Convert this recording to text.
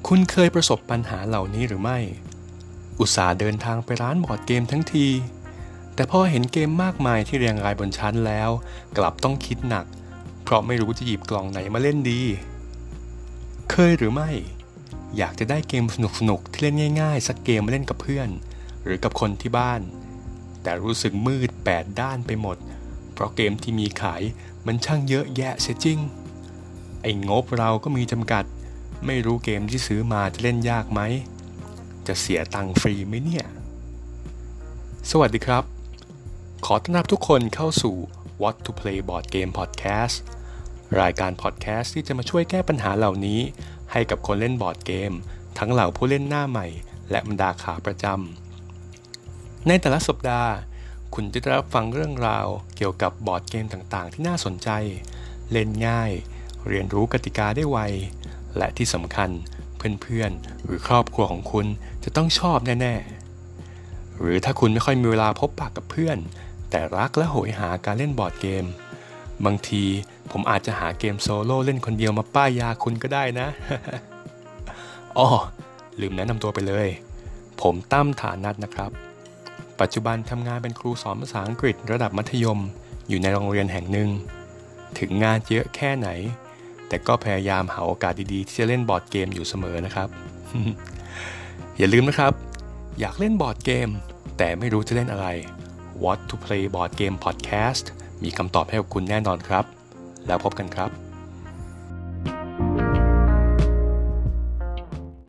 คุณเคยประสบปัญหาเหล่านี้หรือไม่อุตส่าห์เดินทางไปร้านบอร์ดเกมทั้งทีแต่พอเห็นเกมมากมายที่เรียงรายบนชั้นแล้วกลับต้องคิดหนักเพราะไม่รู้จะหยิบกล่องไหนมาเล่นดีเคยหรือไม่อยากจะได้เกมสนุกๆที่เล่นง่ายๆสักเกมมาเล่นกับเพื่อนหรือกับคนที่บ้านแต่รู้สึกมืดแปดด้านไปหมดเพราะเกมที่มีขายมันช่างเยอะแยะเสียจริงไอ้งบเราก็มีจำกัดไม่รู้เกมที่ซื้อมาจะเล่นยากไหมจะเสียตังค์ฟรีไหมเนี่ยสวัสดีครับขอต้อนรับทุกคนเข้าสู่ What to Play Board Game Podcast รายการพอดแคสต์ที่จะมาช่วยแก้ปัญหาเหล่านี้ให้กับคนเล่นบอร์ดเกมทั้งเหล่าผู้เล่นหน้าใหม่และบรรดาขาประจำในแต่ละสัปดาห์คุณจะได้รับฟังเรื่องราวเกี่ยวกับบอร์ดเกมต่างๆที่น่าสนใจเล่นง่ายเรียนรู้กติกาได้ไวและที่สำคัญเพื่อนๆหรือครอบครัวของคุณจะต้องชอบแน่ๆหรือถ้าคุณไม่ค่อยมีเวลาพบปะกับเพื่อนแต่รักและโหยหาการเล่นบอร์ดเกมบางทีผมอาจจะหาเกมโซโล่เล่นคนเดียวมาป้ายยาคุณก็ได้นะ อ้อลืมแนะนำตัวไปเลยผมตั้มฐานัทนะครับปัจจุบันทำงานเป็นครูสอนภาษาอังกฤษระดับมัธยมอยู่ในโรงเรียนแห่งหนึ่งถึงงานเยอะแค่ไหนแต่ก็พยายามหาโอกาสดีๆที่จะเล่นบอร์ดเกมอยู่เสมอนะครับ อย่าลืมนะครับอยากเล่นบอร์ดเกมแต่ไม่รู้จะเล่นอะไร What to Play Board Game Podcast มีคำตอบให้กับคุณแน่นอนครับแล้วพบกันครับ